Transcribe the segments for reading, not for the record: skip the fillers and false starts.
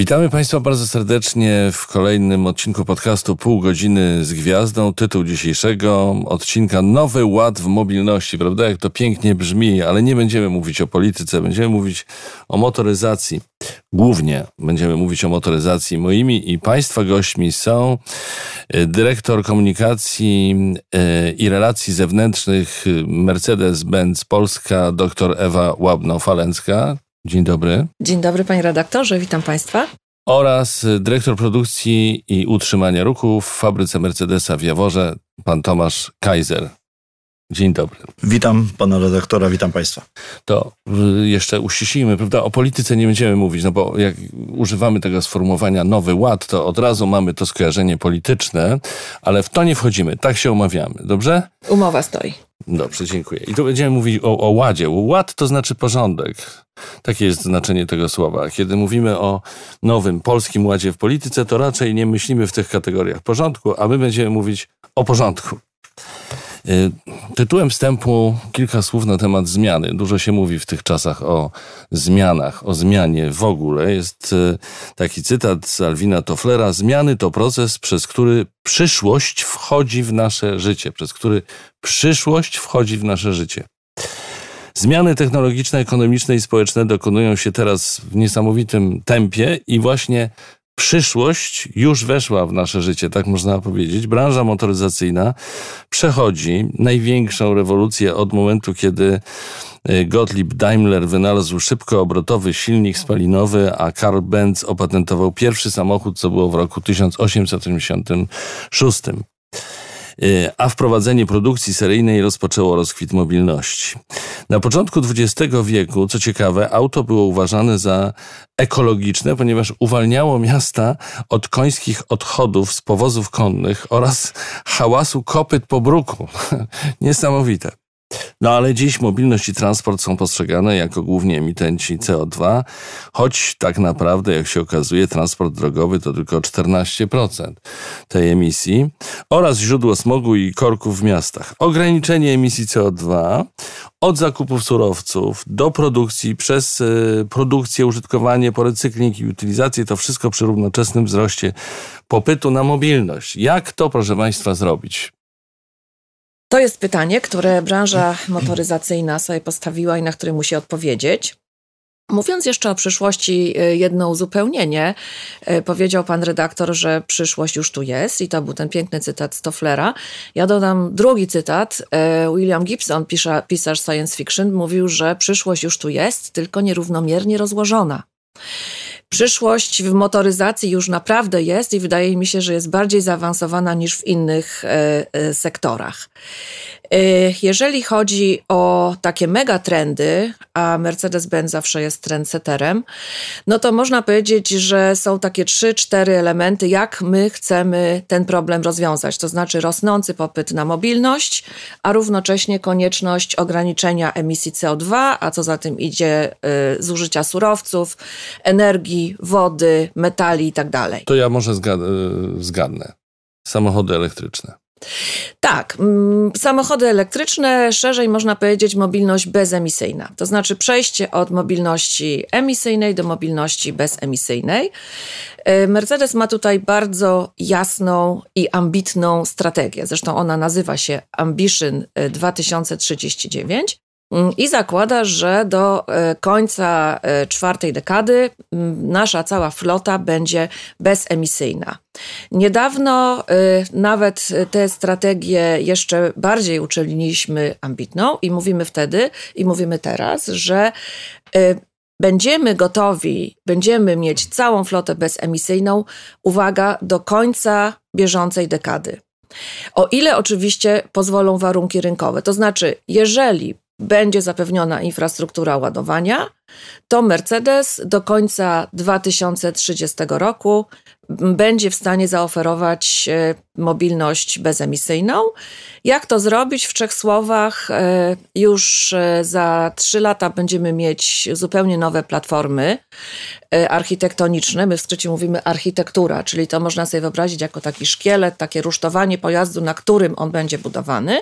Witamy Państwa bardzo serdecznie w kolejnym odcinku podcastu Pół godziny z gwiazdą. Tytuł dzisiejszego odcinka: Nowy Ład w mobilności. Prawda, jak to pięknie brzmi, ale nie będziemy mówić o polityce, będziemy mówić o motoryzacji. Głównie będziemy mówić o motoryzacji. Moimi i Państwa gośćmi są dyrektor komunikacji i relacji zewnętrznych Mercedes-Benz Polska, dr Ewa Łabno-Falencka. Dzień dobry. Dzień dobry, panie redaktorze, witam Państwa. Oraz dyrektor produkcji i utrzymania ruchu w fabryce Mercedesa w Jaworze, pan Tomasz Kaiser. Dzień dobry. Witam pana redaktora, witam Państwa. To jeszcze uściślimy, prawda? O polityce nie będziemy mówić, no bo jak używamy tego sformułowania Nowy Ład, to od razu mamy to skojarzenie polityczne, ale w to nie wchodzimy, tak się umawiamy, dobrze? Umowa stoi. Dobrze, dziękuję. I tu będziemy mówić o ładzie. Ład to znaczy porządek. Takie jest znaczenie tego słowa. Kiedy mówimy o nowym polskim ładzie w polityce, to raczej nie myślimy w tych kategoriach porządku, a my będziemy mówić o porządku. Tytułem wstępu kilka słów na temat zmiany. Dużo się mówi w tych czasach o zmianach, o zmianie w ogóle. Jest taki cytat z Alwina Tofflera: zmiany to proces, przez który przyszłość wchodzi w nasze życie. Zmiany technologiczne, ekonomiczne i społeczne dokonują się teraz w niesamowitym tempie i właśnie przyszłość już weszła w nasze życie, tak można powiedzieć. Branża motoryzacyjna przechodzi największą rewolucję od momentu, kiedy Gottlieb Daimler wynalazł szybkoobrotowy silnik spalinowy, a Karl Benz opatentował pierwszy samochód, co było w roku 1886. A wprowadzenie produkcji seryjnej rozpoczęło rozkwit mobilności. Na początku XX wieku, co ciekawe, auto było uważane za ekologiczne, ponieważ uwalniało miasta od końskich odchodów z powozów konnych oraz hałasu kopyt po bruku. Niesamowite. No ale dziś mobilność i transport są postrzegane jako głównie emitenci CO2, choć tak naprawdę, jak się okazuje, transport drogowy to tylko 14% tej emisji, oraz źródło smogu i korków w miastach. Ograniczenie emisji CO2 od zakupów surowców do produkcji, przez produkcję, użytkowanie, po recykling i utylizację, to wszystko przy równoczesnym wzroście popytu na mobilność. Jak to, proszę Państwa, zrobić? To jest pytanie, które branża motoryzacyjna sobie postawiła i na które musi odpowiedzieć. Mówiąc jeszcze o przyszłości, jedno uzupełnienie. Powiedział pan redaktor, że przyszłość już tu jest i to był ten piękny cytat z Tofflera. Ja dodam drugi cytat. William Gibson, pisarz science fiction, mówił, że przyszłość już tu jest, tylko nierównomiernie rozłożona. Przyszłość w motoryzacji już naprawdę jest i wydaje mi się, że jest bardziej zaawansowana niż w innych sektorach. Jeżeli chodzi o takie megatrendy, a Mercedes-Benz zawsze jest trendsetterem, no to można powiedzieć, że są takie 3-4 elementy, jak my chcemy ten problem rozwiązać. To znaczy rosnący popyt na mobilność, a równocześnie konieczność ograniczenia emisji CO2, a co za tym idzie zużycia surowców, energii, wody, metali i tak dalej. To ja może zgadnę. Samochody elektryczne. Tak, samochody elektryczne, szerzej można powiedzieć mobilność bezemisyjna. To znaczy przejście od mobilności emisyjnej do mobilności bezemisyjnej. Mercedes ma tutaj bardzo jasną i ambitną strategię. Zresztą ona nazywa się Ambition 2039. I zakłada, że do końca czwartej dekady nasza cała flota będzie bezemisyjna. Niedawno nawet tę strategię jeszcze bardziej uczyniliśmy ambitną i mówimy wtedy i mówimy teraz, że będziemy gotowi, będziemy mieć całą flotę bezemisyjną, uwaga, do końca bieżącej dekady. O ile oczywiście pozwolą warunki rynkowe. To znaczy, jeżeli będzie zapewniona infrastruktura ładowania, to Mercedes do końca 2030 roku będzie w stanie zaoferować mobilność bezemisyjną. Jak to zrobić? W 3 słowach. Już za 3 lata będziemy mieć zupełnie nowe platformy architektoniczne. My w skrócie mówimy architektura, czyli to można sobie wyobrazić jako taki szkielet, takie rusztowanie pojazdu, na którym on będzie budowany.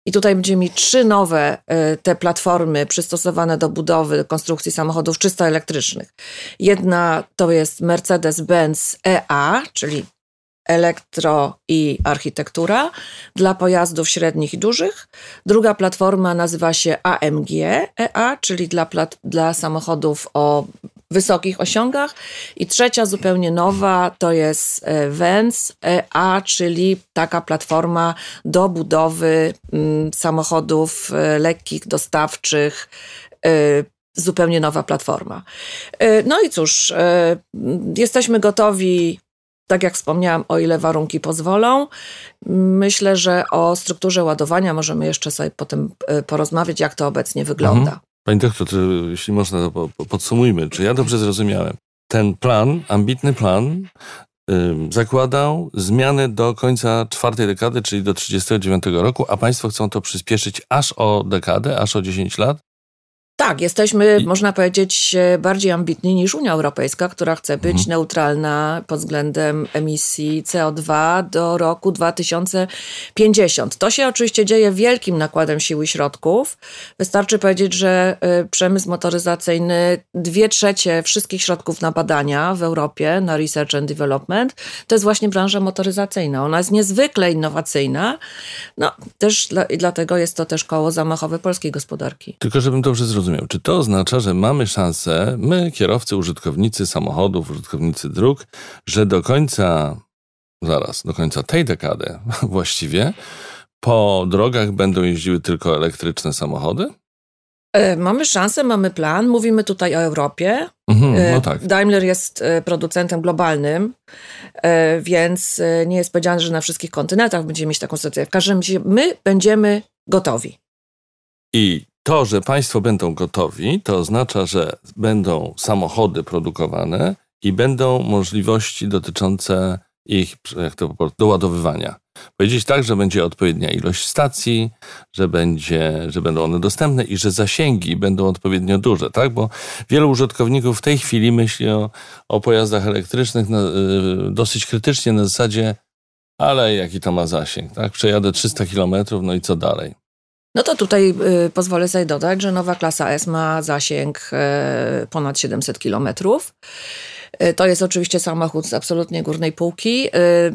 I tutaj będziemy mieć 3 nowe te platformy przystosowane do budowy, konstrukcji samochodów czysto elektrycznych. Jedna to jest Mercedes-Benz EA, czyli elektro i architektura dla pojazdów średnich i dużych. Druga platforma nazywa się AMG EA, czyli dla samochodów o wysokich osiągach. I trzecia, zupełnie nowa, to jest Vans EA, czyli taka platforma do budowy samochodów lekkich, dostawczych, zupełnie nowa platforma. No i cóż, jesteśmy gotowi, tak jak wspomniałam, o ile warunki pozwolą. Myślę, że o strukturze ładowania możemy jeszcze sobie potem porozmawiać, jak to obecnie wygląda. Pani doktor, jeśli można, to podsumujmy. Czy ja dobrze zrozumiałem? Ten plan, ambitny plan, zakładał zmiany do końca 4. dekady, czyli do 1939 roku, a państwo chcą to przyspieszyć aż o dekadę, aż o 10 lat? Tak, jesteśmy, można powiedzieć, bardziej ambitni niż Unia Europejska, która chce być neutralna pod względem emisji CO2 do roku 2050. To się oczywiście dzieje wielkim nakładem sił i środków. Wystarczy powiedzieć, że przemysł motoryzacyjny, 2/3 wszystkich środków na badania w Europie, na research and development, to jest właśnie branża motoryzacyjna. Ona jest niezwykle innowacyjna. No, też dlatego jest to też koło zamachowe polskiej gospodarki. Tylko żebym dobrze zrozumiał. Czy to oznacza, że mamy szansę, my kierowcy, użytkownicy samochodów, użytkownicy dróg, że do końca tej dekady właściwie po drogach będą jeździły tylko elektryczne samochody? Mamy szansę, mamy plan. Mówimy tutaj o Europie. No tak. Daimler jest producentem globalnym, więc nie jest powiedziane, że na wszystkich kontynentach będziemy mieć taką sytuację. W każdym razie my będziemy gotowi. I to, że państwo będą gotowi, to oznacza, że będą samochody produkowane i będą możliwości dotyczące ich doładowywania. Powiedzieć tak, że będzie odpowiednia ilość stacji, że będą one dostępne i że zasięgi będą odpowiednio duże, tak? Bo wielu użytkowników w tej chwili myśli o pojazdach elektrycznych dosyć krytycznie na zasadzie, ale jaki to ma zasięg, tak? Przejadę 300 kilometrów, no i co dalej? No to tutaj pozwolę sobie dodać, że nowa klasa S ma zasięg ponad 700 kilometrów. To jest oczywiście samochód z absolutnie górnej półki.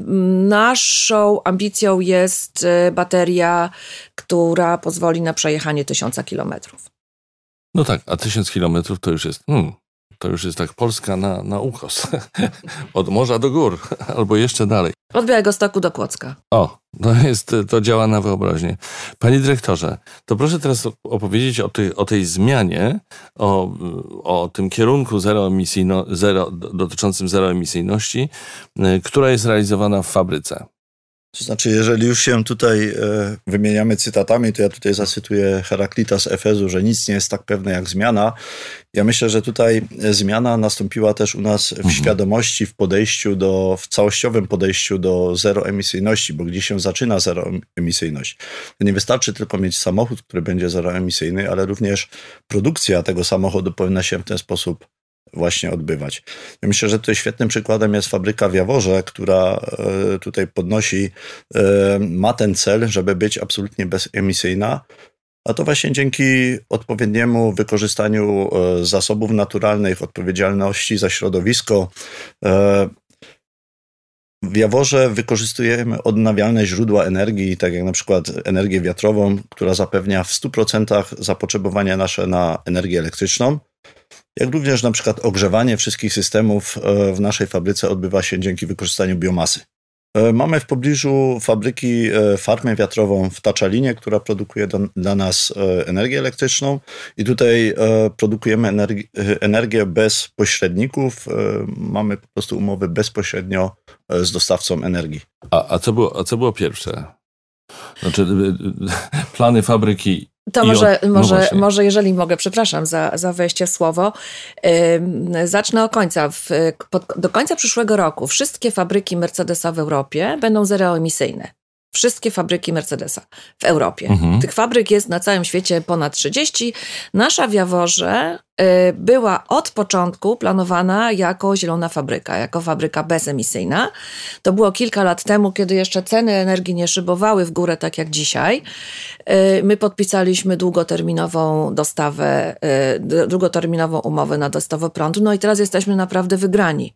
Naszą ambicją jest bateria, która pozwoli na przejechanie 1000 kilometrów. No tak, a 1000 kilometrów to już jest... To już jest tak Polska na ukos. Od morza do gór, albo jeszcze dalej. Od Białegostoku do Kłodzka. To działa na wyobraźnię. Panie dyrektorze, to proszę teraz opowiedzieć o tej zmianie, o tym kierunku dotyczącym zeroemisyjności, która jest realizowana w fabryce. To znaczy, jeżeli już się tutaj wymieniamy cytatami, to ja tutaj zacytuję Heraklita z Efezu, że nic nie jest tak pewne jak zmiana. Ja myślę, że tutaj zmiana nastąpiła też u nas w świadomości, w całościowym podejściu do zeroemisyjności, bo gdzie się zaczyna zeroemisyjność? To nie wystarczy tylko mieć samochód, który będzie zeroemisyjny, ale również produkcja tego samochodu powinna się w ten sposób właśnie odbywać. Ja myślę, że tutaj świetnym przykładem jest fabryka w Jaworze, która tutaj ma ten cel, żeby być absolutnie bezemisyjna, a to właśnie dzięki odpowiedniemu wykorzystaniu zasobów naturalnych, odpowiedzialności za środowisko. W Jaworze wykorzystujemy odnawialne źródła energii, tak jak na przykład energię wiatrową, która zapewnia w 100% zapotrzebowanie nasze na energię elektryczną. Jak również na przykład ogrzewanie wszystkich systemów w naszej fabryce odbywa się dzięki wykorzystaniu biomasy. Mamy w pobliżu fabryki farmę wiatrową w Taczalinie, która produkuje dla nas energię elektryczną i tutaj produkujemy energię bez pośredników. Mamy po prostu umowy bezpośrednio z dostawcą energii. A co było pierwsze? Znaczy plany fabryki. To może jeżeli mogę, przepraszam za wejście w słowo, zacznę od końca. Do końca przyszłego roku wszystkie fabryki Mercedesa w Europie będą zeroemisyjne. wszystkie fabryki Mercedesa w Europie. Tych fabryk jest na całym świecie ponad 30. Nasza w Jaworze była od początku planowana jako zielona fabryka, jako fabryka bezemisyjna. To było kilka lat temu, kiedy jeszcze ceny energii nie szybowały w górę tak jak dzisiaj. My podpisaliśmy długoterminową umowę na dostawę prądu, no i teraz jesteśmy naprawdę wygrani.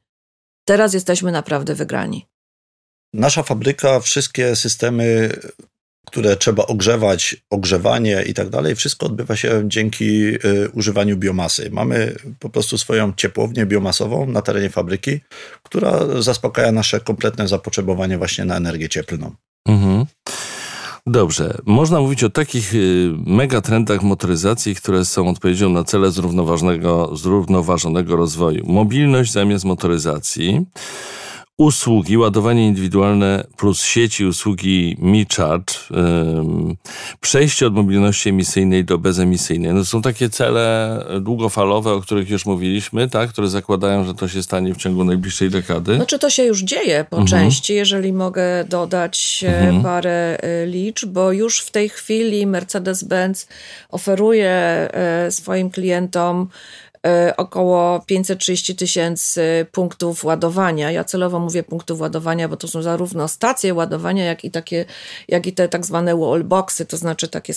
Nasza fabryka, wszystkie systemy, które trzeba ogrzewać, ogrzewanie i tak dalej, wszystko odbywa się dzięki używaniu biomasy. Mamy po prostu swoją ciepłownię biomasową na terenie fabryki, która zaspokaja nasze kompletne zapotrzebowanie właśnie na energię cieplną. Dobrze. Można mówić o takich megatrendach motoryzacji, które są odpowiedzią na cele zrównoważonego rozwoju. Mobilność zamiast motoryzacji, usługi, ładowanie indywidualne plus sieci usługi MeCharge, przejście od mobilności emisyjnej do bezemisyjnej. No, są takie cele długofalowe, o których już mówiliśmy, tak, które zakładają, że to się stanie w ciągu najbliższej dekady. Znaczy to się już dzieje po części, jeżeli mogę dodać parę liczb, bo już w tej chwili Mercedes-Benz oferuje swoim klientom około 530 000 punktów ładowania. Ja celowo mówię punktów ładowania, bo to są zarówno stacje ładowania, jak i te tak zwane wallboxy, to znaczy takie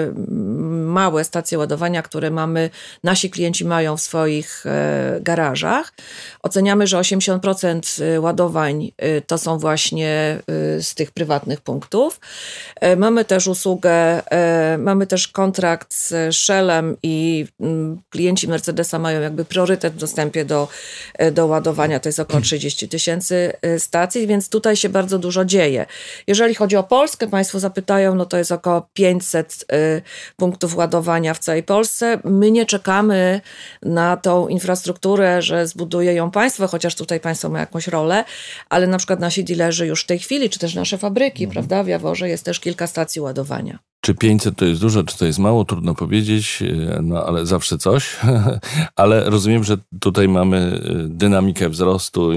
małe stacje ładowania, które nasi klienci mają w swoich garażach. Oceniamy, że 80% ładowań to są właśnie z tych prywatnych punktów. Mamy też mamy też kontrakt z Shellem i klienci Mercedesa mają jakby priorytet w dostępie do ładowania, to jest około 30 000 stacji, więc tutaj się bardzo dużo dzieje. Jeżeli chodzi o Polskę, Państwo zapytają, no to jest około 500 punktów ładowania w całej Polsce. My nie czekamy na tą infrastrukturę, że zbuduje ją państwo, chociaż tutaj państwo ma jakąś rolę, ale na przykład nasi dilerzy już w tej chwili, czy też nasze fabryki, prawda, w Jaworze jest też kilka stacji ładowania. Czy 500 to jest dużo, czy to jest mało, trudno powiedzieć, no ale zawsze coś. Ale rozumiem, że tutaj mamy dynamikę wzrostu.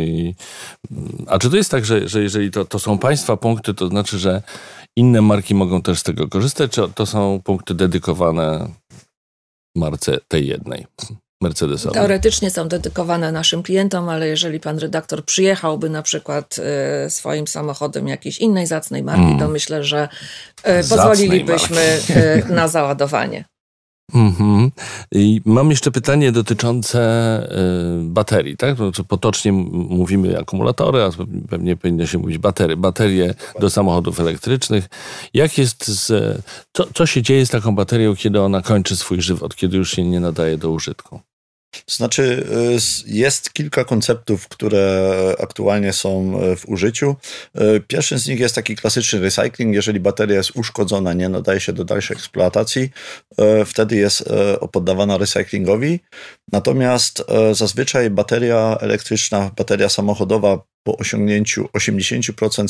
A czy to jest tak, że jeżeli to są państwa punkty, to znaczy, że inne marki mogą też z tego korzystać, czy to są punkty dedykowane marce tej jednej? Mercedesowi. Teoretycznie są dedykowane naszym klientom, ale jeżeli pan redaktor przyjechałby na przykład swoim samochodem jakiejś innej zacnej marki, to myślę, że pozwolilibyśmy na załadowanie. I mam jeszcze pytanie dotyczące baterii, tak? Znaczy, potocznie mówimy akumulatory, a pewnie powinno się mówić baterie do samochodów elektrycznych. Jak jest co się dzieje z taką baterią, kiedy ona kończy swój żywot, kiedy już się nie nadaje do użytku? Znaczy, jest kilka konceptów, które aktualnie są w użyciu. Pierwszy z nich jest taki klasyczny recycling. Jeżeli bateria jest uszkodzona, nie nadaje się do dalszej eksploatacji, wtedy jest poddawana recyklingowi. Natomiast zazwyczaj bateria elektryczna, bateria samochodowa po osiągnięciu 80%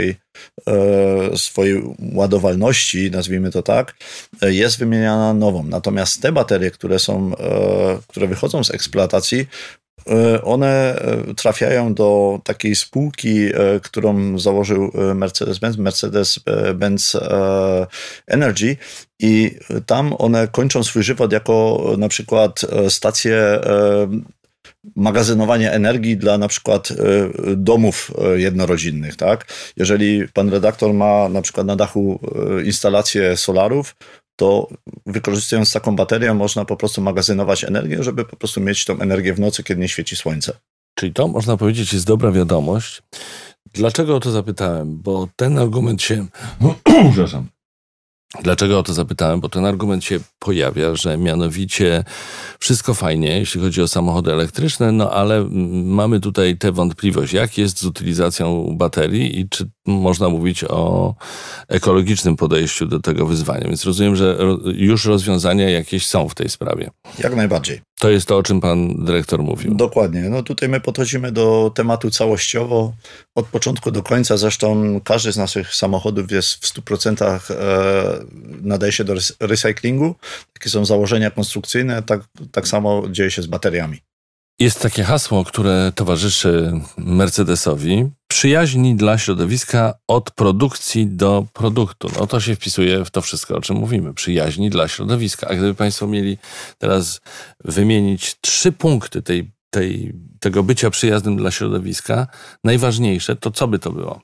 swojej ładowalności, nazwijmy to tak, jest wymieniana nową. Natomiast te baterie, które wychodzą z eksploatacji, one trafiają do takiej spółki, którą założył Mercedes-Benz Energy i tam one kończą swój żywot jako na przykład stacje magazynowania energii dla na przykład domów jednorodzinnych, tak? Jeżeli pan redaktor ma na przykład na dachu instalację solarów, to wykorzystując taką baterię można po prostu magazynować energię, żeby po prostu mieć tą energię w nocy, kiedy nie świeci słońce. Czyli to, można powiedzieć, jest dobra wiadomość. Dlaczego o to zapytałem? Bo ten argument się... Przepraszam. Dlaczego o to zapytałem? Bo ten argument się pojawia, że mianowicie wszystko fajnie, jeśli chodzi o samochody elektryczne, no ale mamy tutaj tę wątpliwość, jak jest z utylizacją baterii i czy można mówić o ekologicznym podejściu do tego wyzwania. Więc rozumiem, że już rozwiązania jakieś są w tej sprawie. Jak najbardziej. To jest to, o czym pan dyrektor mówił. Dokładnie. No tutaj my podchodzimy do tematu całościowo, od początku do końca. Zresztą każdy z naszych samochodów jest w 100% nadaje się do recyklingu. Takie są założenia konstrukcyjne. Tak samo dzieje się z bateriami. Jest takie hasło, które towarzyszy Mercedesowi. Przyjaźni dla środowiska od produkcji do produktu. No to się wpisuje w to wszystko, o czym mówimy. Przyjaźni dla środowiska. A gdyby Państwo mieli teraz wymienić 3 punkty tego bycia przyjaznym dla środowiska, najważniejsze, to co by to było?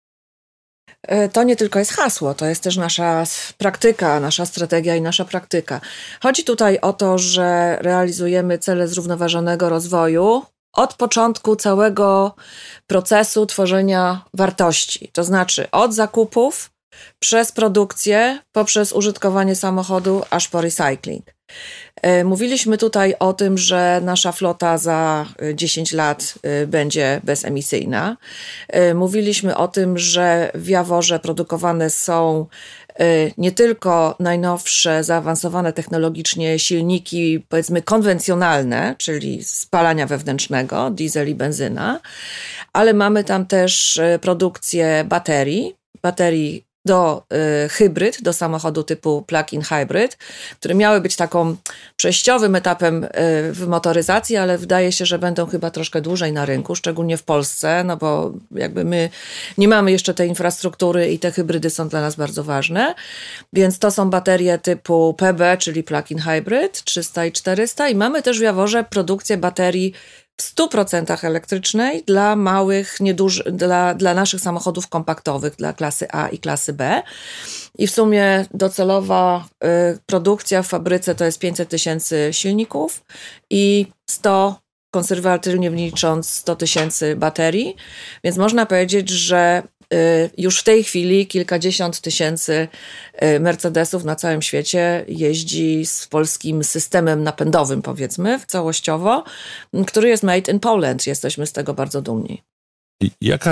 To nie tylko jest hasło, to jest też nasza praktyka, nasza strategia i nasza praktyka. Chodzi tutaj o to, że realizujemy cele zrównoważonego rozwoju od początku całego procesu tworzenia wartości. To znaczy od zakupów, przez produkcję, poprzez użytkowanie samochodu, aż po recycling. Mówiliśmy tutaj o tym, że nasza flota za 10 lat będzie bezemisyjna. Mówiliśmy o tym, że w Jaworze produkowane są nie tylko najnowsze, zaawansowane technologicznie silniki, powiedzmy konwencjonalne, czyli spalania wewnętrznego, diesel i benzyna, ale mamy tam też produkcję baterii do hybryd, do samochodu typu plug-in hybrid, które miały być taką przejściowym etapem w motoryzacji, ale wydaje się, że będą chyba troszkę dłużej na rynku, szczególnie w Polsce, no bo jakby my nie mamy jeszcze tej infrastruktury i te hybrydy są dla nas bardzo ważne, więc to są baterie typu PB, czyli plug-in hybrid 300 i 400 i mamy też w Jaworze produkcję baterii w 100% elektrycznej dla małych, dla naszych samochodów kompaktowych, dla klasy A i klasy B. I w sumie docelowa produkcja w fabryce to jest 500 000 silników i 100, konserwatywnie licząc 100 000 baterii. Więc można powiedzieć, że już w tej chwili kilkadziesiąt tysięcy Mercedesów na całym świecie jeździ z polskim systemem napędowym, powiedzmy, całościowo, który jest made in Poland. Jesteśmy z tego bardzo dumni. Jak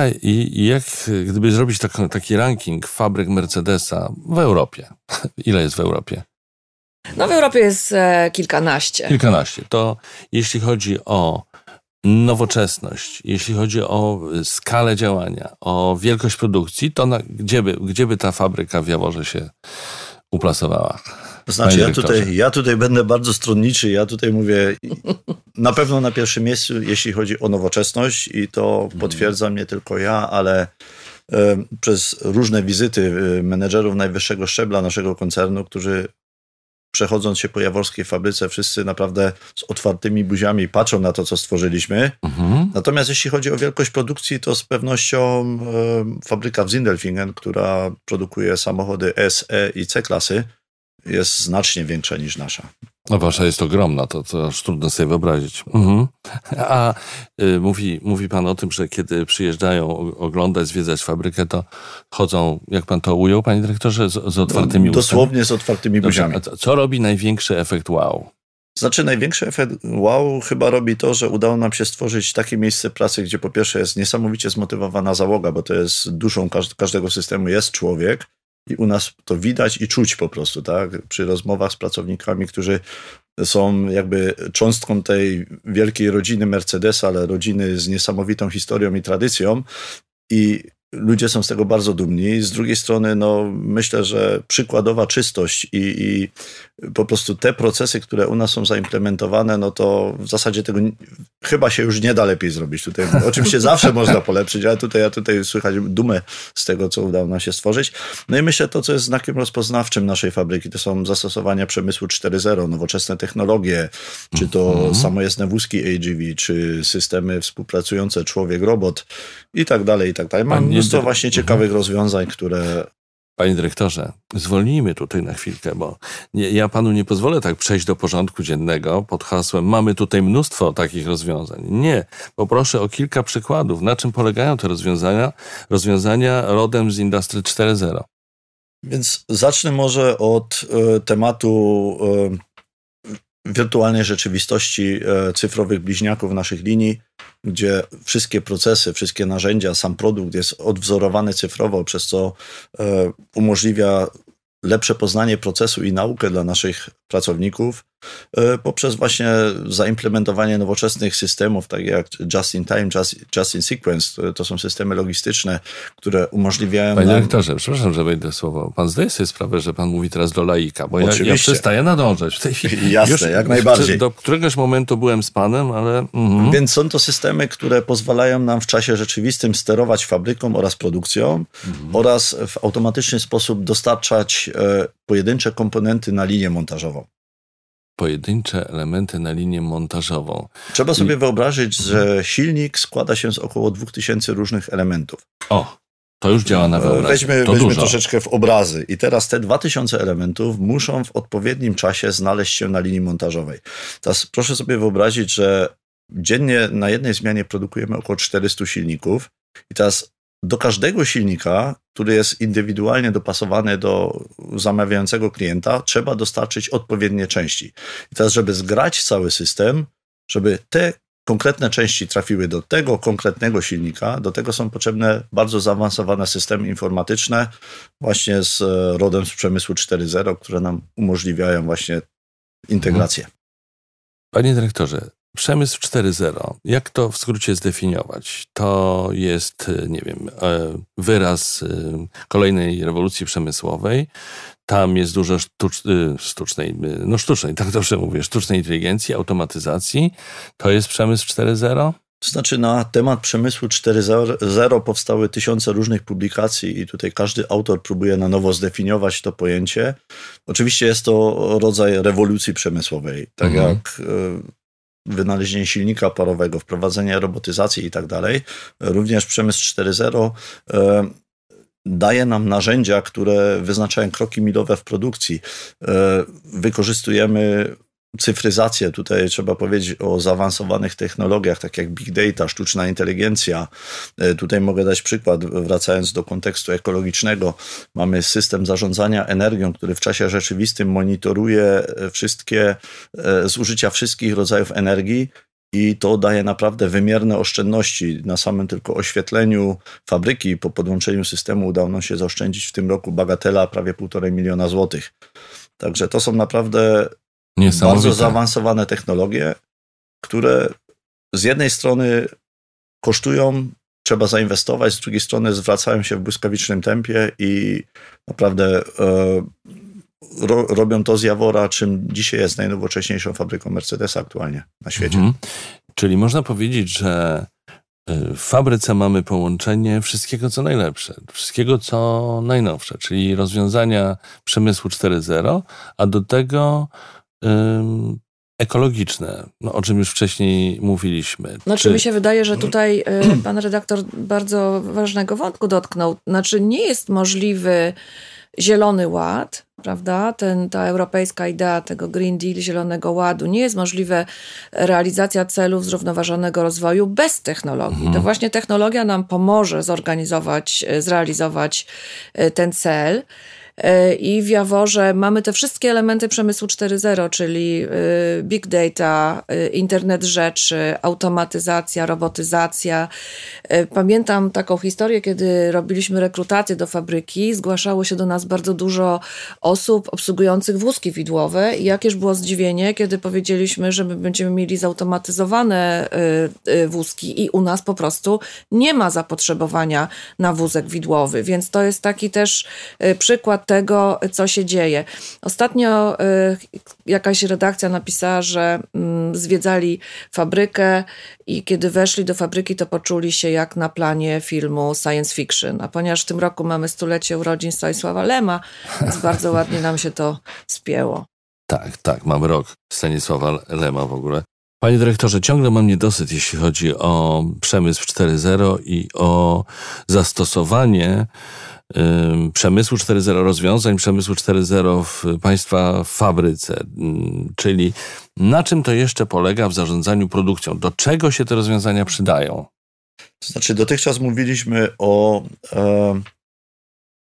gdyby zrobić taki ranking fabryk Mercedesa w Europie? Ile jest w Europie? No w Europie jest kilkanaście. To jeśli chodzi o nowoczesność, jeśli chodzi o skalę działania, o wielkość produkcji, to gdzie by ta fabryka w Jaworze się uplasowała? To znaczy ja tutaj będę bardzo stronniczy, ja tutaj mówię na pewno na pierwszym miejscu, jeśli chodzi o nowoczesność i to potwierdzam nie tylko ja, ale przez różne wizyty menedżerów najwyższego szczebla naszego koncernu, którzy przechodząc się po jaworskiej fabryce, wszyscy naprawdę z otwartymi buziami patrzą na to, co stworzyliśmy. Natomiast jeśli chodzi o wielkość produkcji, to z pewnością fabryka w Sindelfingen, która produkuje samochody S, E i C klasy, jest znacznie większa niż nasza. No wasza jest ogromna, to aż trudno sobie wyobrazić. A mówi pan o tym, że kiedy przyjeżdżają oglądać, zwiedzać fabrykę, to chodzą, jak pan to ujął, panie dyrektorze, z otwartymi ustami? Dosłownie z otwartymi buziami. Co robi największy efekt wow? Znaczy największy efekt wow chyba robi to, że udało nam się stworzyć takie miejsce pracy, gdzie po pierwsze jest niesamowicie zmotywowana załoga, bo to jest duszą każdego systemu, jest człowiek. I u nas to widać i czuć po prostu, tak? Przy rozmowach z pracownikami, którzy są jakby cząstką tej wielkiej rodziny Mercedesa, ale rodziny z niesamowitą historią i tradycją. I ludzie są z tego bardzo dumni. Z drugiej strony, no, myślę, że przykładowa czystość i po prostu te procesy, które u nas są zaimplementowane, no to w zasadzie tego chyba się już nie da lepiej zrobić. Tutaj oczywiście zawsze można polepszyć, ale ja tutaj słychać dumę z tego, co udało nam się stworzyć. No i myślę, to, co jest znakiem rozpoznawczym naszej fabryki, to są zastosowania przemysłu 4.0, nowoczesne technologie, czy to samojezdne wózki AGV, czy systemy współpracujące człowiek-robot i tak dalej, i tak dalej. Mam mnóstwo właśnie ciekawych rozwiązań, które... Panie dyrektorze, zwolnijmy tutaj na chwilkę, bo ja panu nie pozwolę tak przejść do porządku dziennego pod hasłem mamy tutaj mnóstwo takich rozwiązań. Nie, poproszę o kilka przykładów, na czym polegają te rozwiązania rodem z Industry 4.0. Więc zacznę może od tematu wirtualnej rzeczywistości cyfrowych bliźniaków naszych linii, gdzie wszystkie procesy, wszystkie narzędzia, sam produkt jest odwzorowany cyfrowo, przez co umożliwia lepsze poznanie procesu i naukę dla naszych pracowników. poprzez właśnie zaimplementowanie nowoczesnych systemów, tak jak just in time, just in sequence. To są systemy logistyczne, które umożliwiają Panie dyrektorze, przepraszam, że wejdę słowo. Pan zdaje sobie sprawę, że pan mówi teraz do laika, bo ja przestaję nadążać w tej chwili. Jasne, już, jak najbardziej. Do któregoś momentu byłem z panem, ale... Więc są to systemy, które pozwalają nam w czasie rzeczywistym sterować fabryką oraz produkcją oraz w automatyczny sposób dostarczać pojedyncze komponenty na linię montażową. Pojedyncze elementy na linię montażową. Trzeba sobie wyobrazić, że silnik składa się z około 2000 różnych elementów. O, to już działa na wyobraźnię. Weźmy troszeczkę w obrazy. I teraz te 2000 elementów muszą w odpowiednim czasie znaleźć się na linii montażowej. Teraz proszę sobie wyobrazić, że dziennie na jednej zmianie produkujemy około 400 silników i teraz do każdego silnika, który jest indywidualnie dopasowany do zamawiającego klienta, trzeba dostarczyć odpowiednie części. I teraz, żeby zgrać cały system, żeby te konkretne części trafiły do tego konkretnego silnika, do tego są potrzebne bardzo zaawansowane systemy informatyczne, właśnie rodem z przemysłu 4.0, które nam umożliwiają właśnie integrację. Panie dyrektorze, przemysł 4.0, jak to w skrócie zdefiniować? To jest, nie wiem, wyraz kolejnej rewolucji przemysłowej. Tam jest dużo sztucznej, tak dobrze mówię, sztucznej inteligencji, automatyzacji. To jest przemysł 4.0? To znaczy na temat przemysłu 4.0 powstały tysiące różnych publikacji i tutaj każdy autor próbuje na nowo zdefiniować to pojęcie. Oczywiście jest to rodzaj rewolucji przemysłowej, tak jak wynalezienie silnika parowego, wprowadzenie robotyzacji i tak dalej. Również przemysł 4.0 daje nam narzędzia, które wyznaczają kroki milowe w produkcji. Wykorzystujemy cyfryzację. Tutaj trzeba powiedzieć o zaawansowanych technologiach, tak jak big data, sztuczna inteligencja. Tutaj mogę dać przykład, wracając do kontekstu ekologicznego. Mamy system zarządzania energią, który w czasie rzeczywistym monitoruje zużycia wszystkich rodzajów energii i to daje naprawdę wymierne oszczędności. Na samym tylko oświetleniu fabryki po podłączeniu systemu udało nam się zaoszczędzić w tym roku bagatela prawie 1,5 miliona złotych. Także to są naprawdę bardzo zaawansowane technologie, które z jednej strony kosztują, trzeba zainwestować, z drugiej strony zwracają się w błyskawicznym tempie i naprawdę robią to z Jawora, czym dzisiaj jest najnowocześniejszą fabryką Mercedesa aktualnie na świecie. Czyli można powiedzieć, że w fabryce mamy połączenie wszystkiego, co najlepsze, wszystkiego, co najnowsze, czyli rozwiązania przemysłu 4.0, a do tego ekologiczne, o czym już wcześniej mówiliśmy. Mi się wydaje, że tutaj pan redaktor bardzo ważnego wątku dotknął. Nie jest możliwy Zielony Ład, prawda? Ta europejska idea tego Green Deal, Zielonego Ładu, nie jest możliwa realizacja celów zrównoważonego rozwoju bez technologii. To właśnie technologia nam pomoże zrealizować ten cel. I w Jaworze mamy te wszystkie elementy przemysłu 4.0, czyli big data, internet rzeczy, automatyzacja, robotyzacja. Pamiętam taką historię, kiedy robiliśmy rekrutację do fabryki, zgłaszało się do nas bardzo dużo osób obsługujących wózki widłowe i jakież było zdziwienie, kiedy powiedzieliśmy, że my będziemy mieli zautomatyzowane wózki i u nas po prostu nie ma zapotrzebowania na wózek widłowy, więc to jest taki też przykład tego, co się dzieje. Ostatnio jakaś redakcja napisała, że zwiedzali fabrykę i kiedy weszli do fabryki, to poczuli się jak na planie filmu science fiction. A ponieważ w tym roku mamy 100-lecie urodzin Stanisława Lema, więc bardzo ładnie nam się to spięło. Tak, mamy rok Stanisława Lema w ogóle. Panie dyrektorze, ciągle mam niedosyt, jeśli chodzi o przemysł 4.0 i o zastosowanie przemysłu 4.0, rozwiązań przemysłu 4.0 w państwa fabryce. Czyli na czym to jeszcze polega w zarządzaniu produkcją? Do czego się te rozwiązania przydają? To znaczy dotychczas mówiliśmy o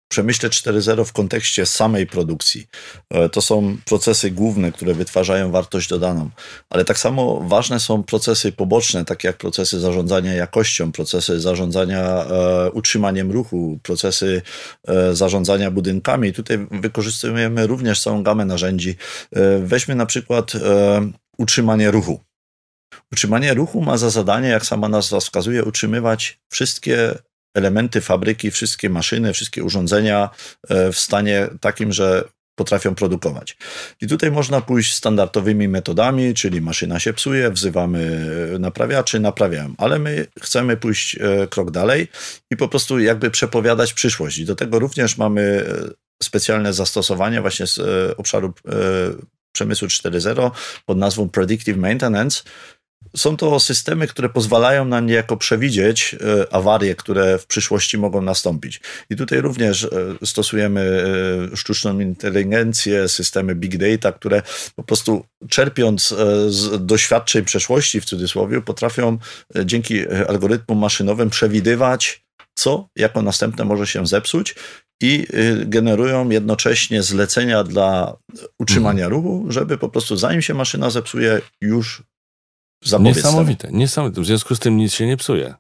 Przemyśle 4.0 w kontekście samej produkcji. To są procesy główne, które wytwarzają wartość dodaną, ale tak samo ważne są procesy poboczne, takie jak procesy zarządzania jakością, procesy zarządzania utrzymaniem ruchu, procesy zarządzania budynkami. Tutaj wykorzystujemy również całą gamę narzędzi. Weźmy na przykład utrzymanie ruchu. Utrzymanie ruchu ma za zadanie, jak sama nazwa wskazuje, utrzymywać wszystkie elementy fabryki, wszystkie maszyny, wszystkie urządzenia w stanie takim, że potrafią produkować. I tutaj można pójść standardowymi metodami, czyli maszyna się psuje, wzywamy naprawiaczy, naprawiają, ale my chcemy pójść krok dalej i po prostu jakby przepowiadać przyszłość. I do tego również mamy specjalne zastosowania właśnie z obszaru przemysłu 4.0 pod nazwą Predictive Maintenance. Są to systemy, które pozwalają nam niejako przewidzieć awarie, które w przyszłości mogą nastąpić. I tutaj również stosujemy sztuczną inteligencję, systemy big data, które po prostu czerpiąc z doświadczeń przeszłości, w cudzysłowie, potrafią dzięki algorytmom maszynowym przewidywać, co jako następne może się zepsuć i generują jednocześnie zlecenia dla utrzymania ruchu, żeby po prostu zanim się maszyna zepsuje, już niesamowite. W związku z tym nic się nie psuje.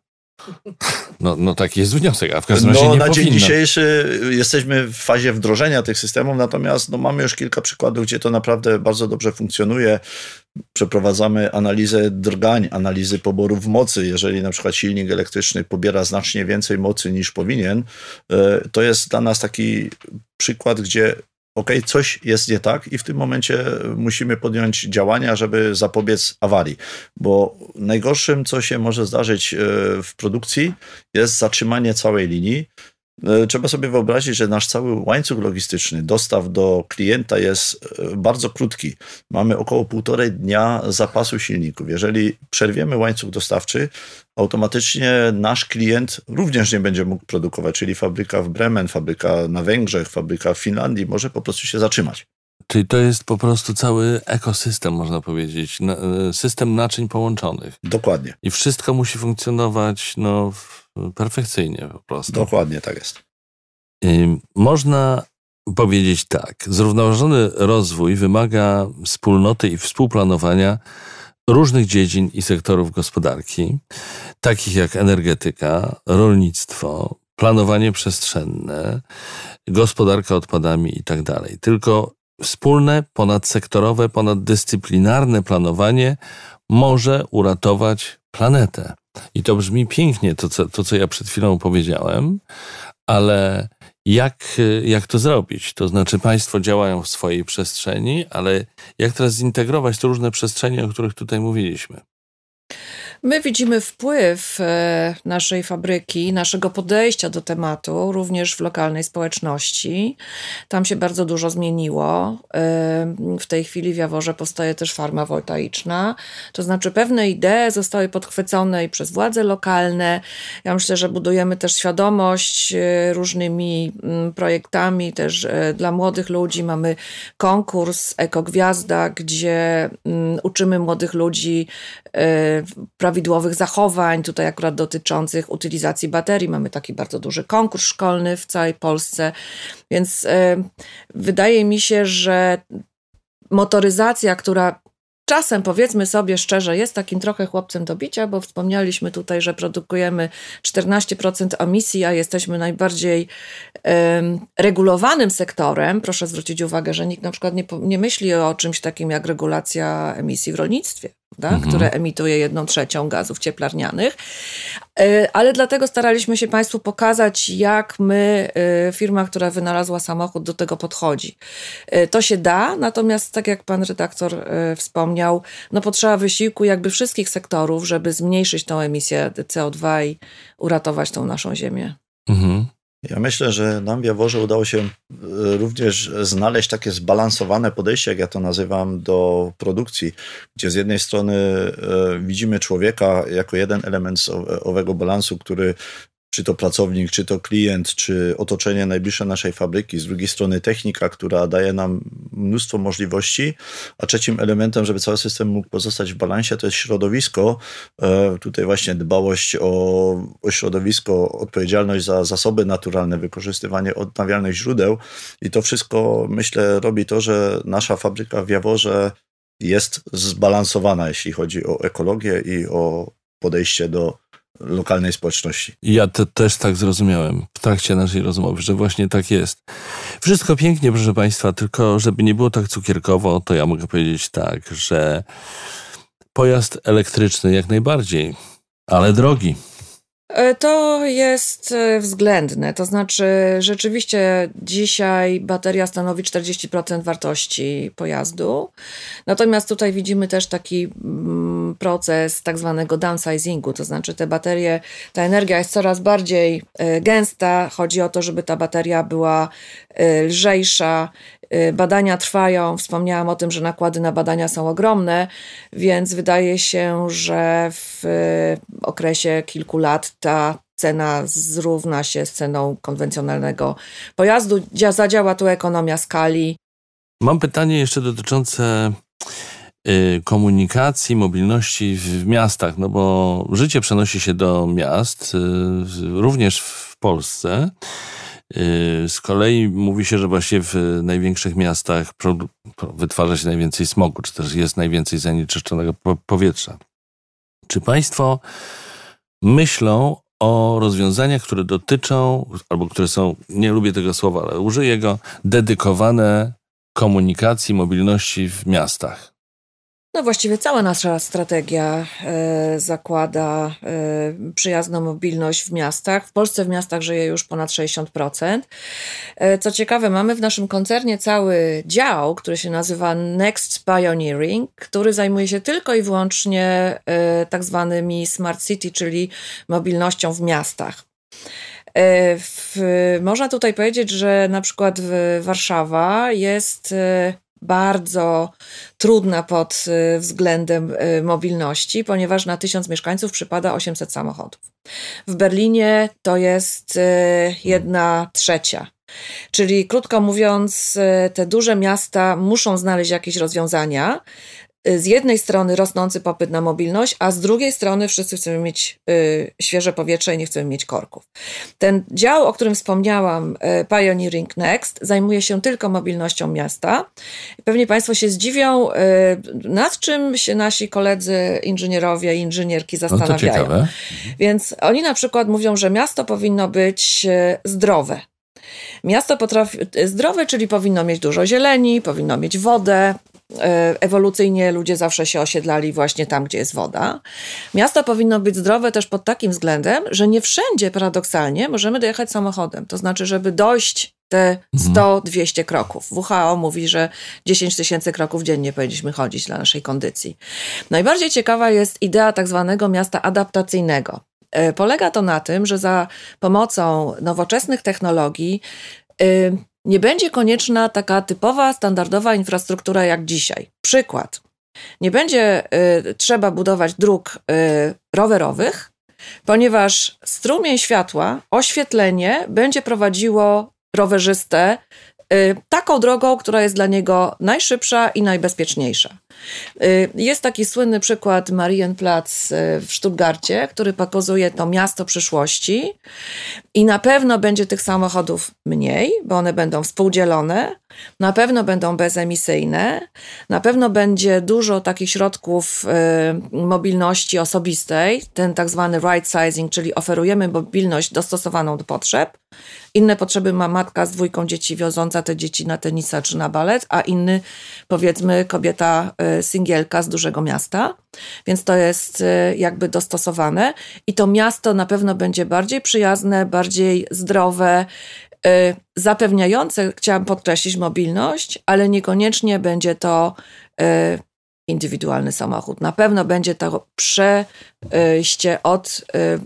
No taki jest wniosek, a w każdym razie nie na powinno. dzień dzisiejszy jesteśmy w fazie wdrożenia tych systemów, natomiast mamy już kilka przykładów, gdzie to naprawdę bardzo dobrze funkcjonuje. Przeprowadzamy analizę drgań, analizy poborów mocy. Jeżeli na przykład silnik elektryczny pobiera znacznie więcej mocy niż powinien, to jest dla nas taki przykład, gdzie coś jest nie tak i w tym momencie musimy podjąć działania, żeby zapobiec awarii, bo najgorszym, co się może zdarzyć w produkcji, jest zatrzymanie całej linii. Trzeba sobie wyobrazić, że nasz cały łańcuch logistyczny dostaw do klienta jest bardzo krótki. Mamy około 1,5 dnia zapasu silników. Jeżeli przerwiemy łańcuch dostawczy, automatycznie nasz klient również nie będzie mógł produkować, czyli fabryka w Bremen, fabryka na Węgrzech, fabryka w Finlandii może po prostu się zatrzymać. Czyli to jest po prostu cały ekosystem, można powiedzieć, system naczyń połączonych. Dokładnie. I wszystko musi funkcjonować perfekcyjnie po prostu. Dokładnie, tak jest. Można powiedzieć tak, zrównoważony rozwój wymaga wspólnoty i współplanowania różnych dziedzin i sektorów gospodarki, takich jak energetyka, rolnictwo, planowanie przestrzenne, gospodarka odpadami i tak dalej. Tylko wspólne, ponadsektorowe, ponaddyscyplinarne planowanie może uratować planetę. I to brzmi pięknie, to co ja przed chwilą powiedziałem, ale jak to zrobić? To znaczy państwo działają w swojej przestrzeni, ale jak teraz zintegrować te różne przestrzenie, o których tutaj mówiliśmy? My widzimy wpływ naszej fabryki, naszego podejścia do tematu, również w lokalnej społeczności. Tam się bardzo dużo zmieniło. W tej chwili w Jaworze powstaje też farma woltaiczna. To znaczy pewne idee zostały podchwycone i przez władze lokalne. Ja myślę, że budujemy też świadomość różnymi projektami też dla młodych ludzi. Mamy konkurs Ekogwiazda, gdzie uczymy młodych ludzi prawidłowych zachowań, tutaj akurat dotyczących utylizacji baterii. Mamy taki bardzo duży konkurs szkolny w całej Polsce, więc wydaje mi się, że motoryzacja, która czasem, powiedzmy sobie szczerze, jest takim trochę chłopcem do bicia, bo wspomnieliśmy tutaj, że produkujemy 14% emisji, a jesteśmy najbardziej regulowanym sektorem. Proszę zwrócić uwagę, że nikt na przykład nie myśli o czymś takim jak regulacja emisji w rolnictwie, które emituje 1/3 gazów cieplarnianych. Ale dlatego staraliśmy się Państwu pokazać, jak my, firma, która wynalazła samochód, do tego podchodzi. To się da, natomiast tak jak pan redaktor wspomniał, potrzeba wysiłku jakby wszystkich sektorów, żeby zmniejszyć tą emisję CO2 i uratować tą naszą ziemię. Ja myślę, że nam w Jaworze udało się również znaleźć takie zbalansowane podejście, jak ja to nazywam, do produkcji, gdzie z jednej strony widzimy człowieka jako jeden element owego balansu, który czy to pracownik, czy to klient, czy otoczenie najbliższe naszej fabryki. Z drugiej strony technika, która daje nam mnóstwo możliwości, a trzecim elementem, żeby cały system mógł pozostać w balansie, to jest środowisko. Tutaj właśnie dbałość o środowisko, odpowiedzialność za zasoby naturalne, wykorzystywanie odnawialnych źródeł i to wszystko, myślę, robi to, że nasza fabryka w Jaworze jest zbalansowana, jeśli chodzi o ekologię i o podejście do lokalnej społeczności. Ja też tak zrozumiałem w trakcie naszej rozmowy, że właśnie tak jest. Wszystko pięknie, proszę Państwa, tylko żeby nie było tak cukierkowo, to ja mogę powiedzieć tak, że pojazd elektryczny jak najbardziej, ale drogi. To jest względne, to znaczy rzeczywiście dzisiaj bateria stanowi 40% wartości pojazdu, natomiast tutaj widzimy też taki proces tak zwanego downsizingu, to znaczy te baterie, ta energia jest coraz bardziej gęsta, chodzi o to, żeby ta bateria była lżejsza. Badania trwają, wspomniałam o tym, że nakłady na badania są ogromne, więc wydaje się, że w okresie kilku lat ta cena zrówna się z ceną konwencjonalnego pojazdu. Zadziała tu ekonomia skali. Mam pytanie jeszcze dotyczące komunikacji, mobilności w miastach, no bo życie przenosi się do miast, również w Polsce. Z kolei mówi się, że właśnie w największych miastach wytwarza się najwięcej smogu, czy też jest najwięcej zanieczyszczonego powietrza. Czy Państwo myślą o rozwiązaniach, które dotyczą, albo które są, nie lubię tego słowa, ale użyję go, dedykowane komunikacji, mobilności w miastach? No właściwie cała nasza strategia zakłada przyjazną mobilność w miastach. W Polsce w miastach żyje już ponad 60%. Co ciekawe, mamy w naszym koncernie cały dział, który się nazywa Next Pioneering, który zajmuje się tylko i wyłącznie tak zwanymi smart city, czyli mobilnością w miastach. Można tutaj powiedzieć, że na przykład Warszawa jest bardzo trudna pod względem mobilności, ponieważ na 1000 mieszkańców przypada 800 samochodów. W Berlinie to jest 1/3. Czyli krótko mówiąc, te duże miasta muszą znaleźć jakieś rozwiązania. Z jednej strony rosnący popyt na mobilność, a z drugiej strony wszyscy chcemy mieć świeże powietrze i nie chcemy mieć korków. Ten dział, o którym wspomniałam, Pioneering Next, zajmuje się tylko mobilnością miasta. Pewnie Państwo się zdziwią, nad czym się nasi koledzy inżynierowie i inżynierki zastanawiają. No to ciekawe. Więc oni na przykład mówią, że miasto powinno być zdrowe. Miasto zdrowe, czyli powinno mieć dużo zieleni, powinno mieć wodę. Ewolucyjnie ludzie zawsze się osiedlali właśnie tam, gdzie jest woda. Miasto powinno być zdrowe też pod takim względem, że nie wszędzie paradoksalnie możemy dojechać samochodem. To znaczy, żeby dojść te 100-200 kroków. WHO mówi, że 10 000 kroków dziennie powinniśmy chodzić dla naszej kondycji. Najbardziej ciekawa jest idea tak zwanego miasta adaptacyjnego. Polega to na tym, że za pomocą nowoczesnych technologii nie będzie konieczna taka typowa, standardowa infrastruktura jak dzisiaj. Przykład. Nie będzie trzeba budować dróg rowerowych, ponieważ strumień światła, oświetlenie będzie prowadziło rowerzystę taką drogą, która jest dla niego najszybsza i najbezpieczniejsza. Jest taki słynny przykład Marienplatz w Stuttgarcie, który pokazuje to miasto przyszłości i na pewno będzie tych samochodów mniej, bo one będą współdzielone, na pewno będą bezemisyjne, na pewno będzie dużo takich środków mobilności osobistej, ten tak zwany right sizing, czyli oferujemy mobilność dostosowaną do potrzeb. Inne potrzeby ma matka z 2 dzieci wioząca te dzieci na tenisa czy na balet, a inny powiedzmy kobieta singielka z dużego miasta, więc to jest jakby dostosowane i to miasto na pewno będzie bardziej przyjazne, bardziej zdrowe, zapewniające, chciałam podkreślić, mobilność, ale niekoniecznie będzie to indywidualny samochód. Na pewno będzie to przejście od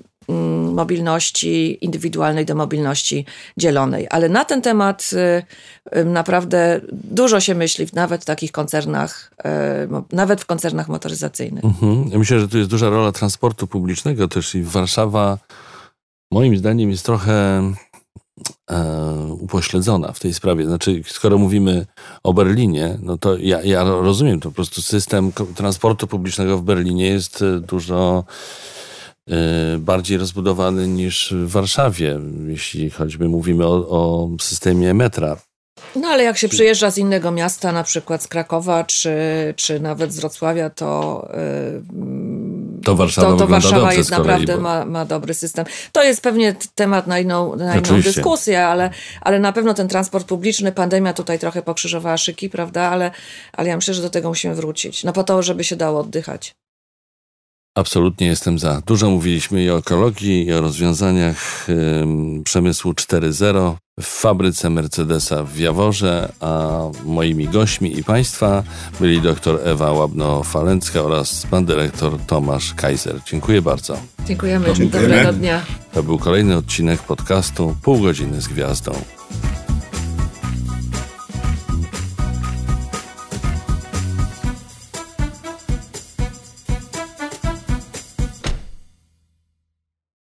mobilności indywidualnej do mobilności dzielonej. Ale na ten temat naprawdę dużo się myśli, nawet w takich koncernach, nawet w koncernach motoryzacyjnych. Ja myślę, że tu jest duża rola transportu publicznego też i Warszawa moim zdaniem jest trochę upośledzona w tej sprawie. Znaczy, skoro mówimy o Berlinie, no to ja rozumiem, to po prostu system transportu publicznego w Berlinie jest dużo bardziej rozbudowany niż w Warszawie, jeśli choćby mówimy o systemie metra. No ale jak się przyjeżdża z innego miasta, na przykład z Krakowa, czy nawet z Wrocławia, to Warszawa jest naprawdę, ma dobry system. To jest pewnie temat na inną dyskusję, ale na pewno ten transport publiczny, pandemia tutaj trochę pokrzyżowała szyki, prawda, ale ja myślę, że do tego musimy wrócić. No po to, żeby się dało oddychać. Absolutnie jestem za. Dużo mówiliśmy i o ekologii, i o rozwiązaniach przemysłu 4.0 w fabryce Mercedesa w Jaworze, a moimi gośćmi i Państwa byli dr Ewa Łabno-Falencka oraz pan dyrektor Tomasz Kaiser. Dziękuję bardzo. Dziękujemy. Dobrego dnia. To był kolejny odcinek podcastu Pół godziny z Gwiazdą.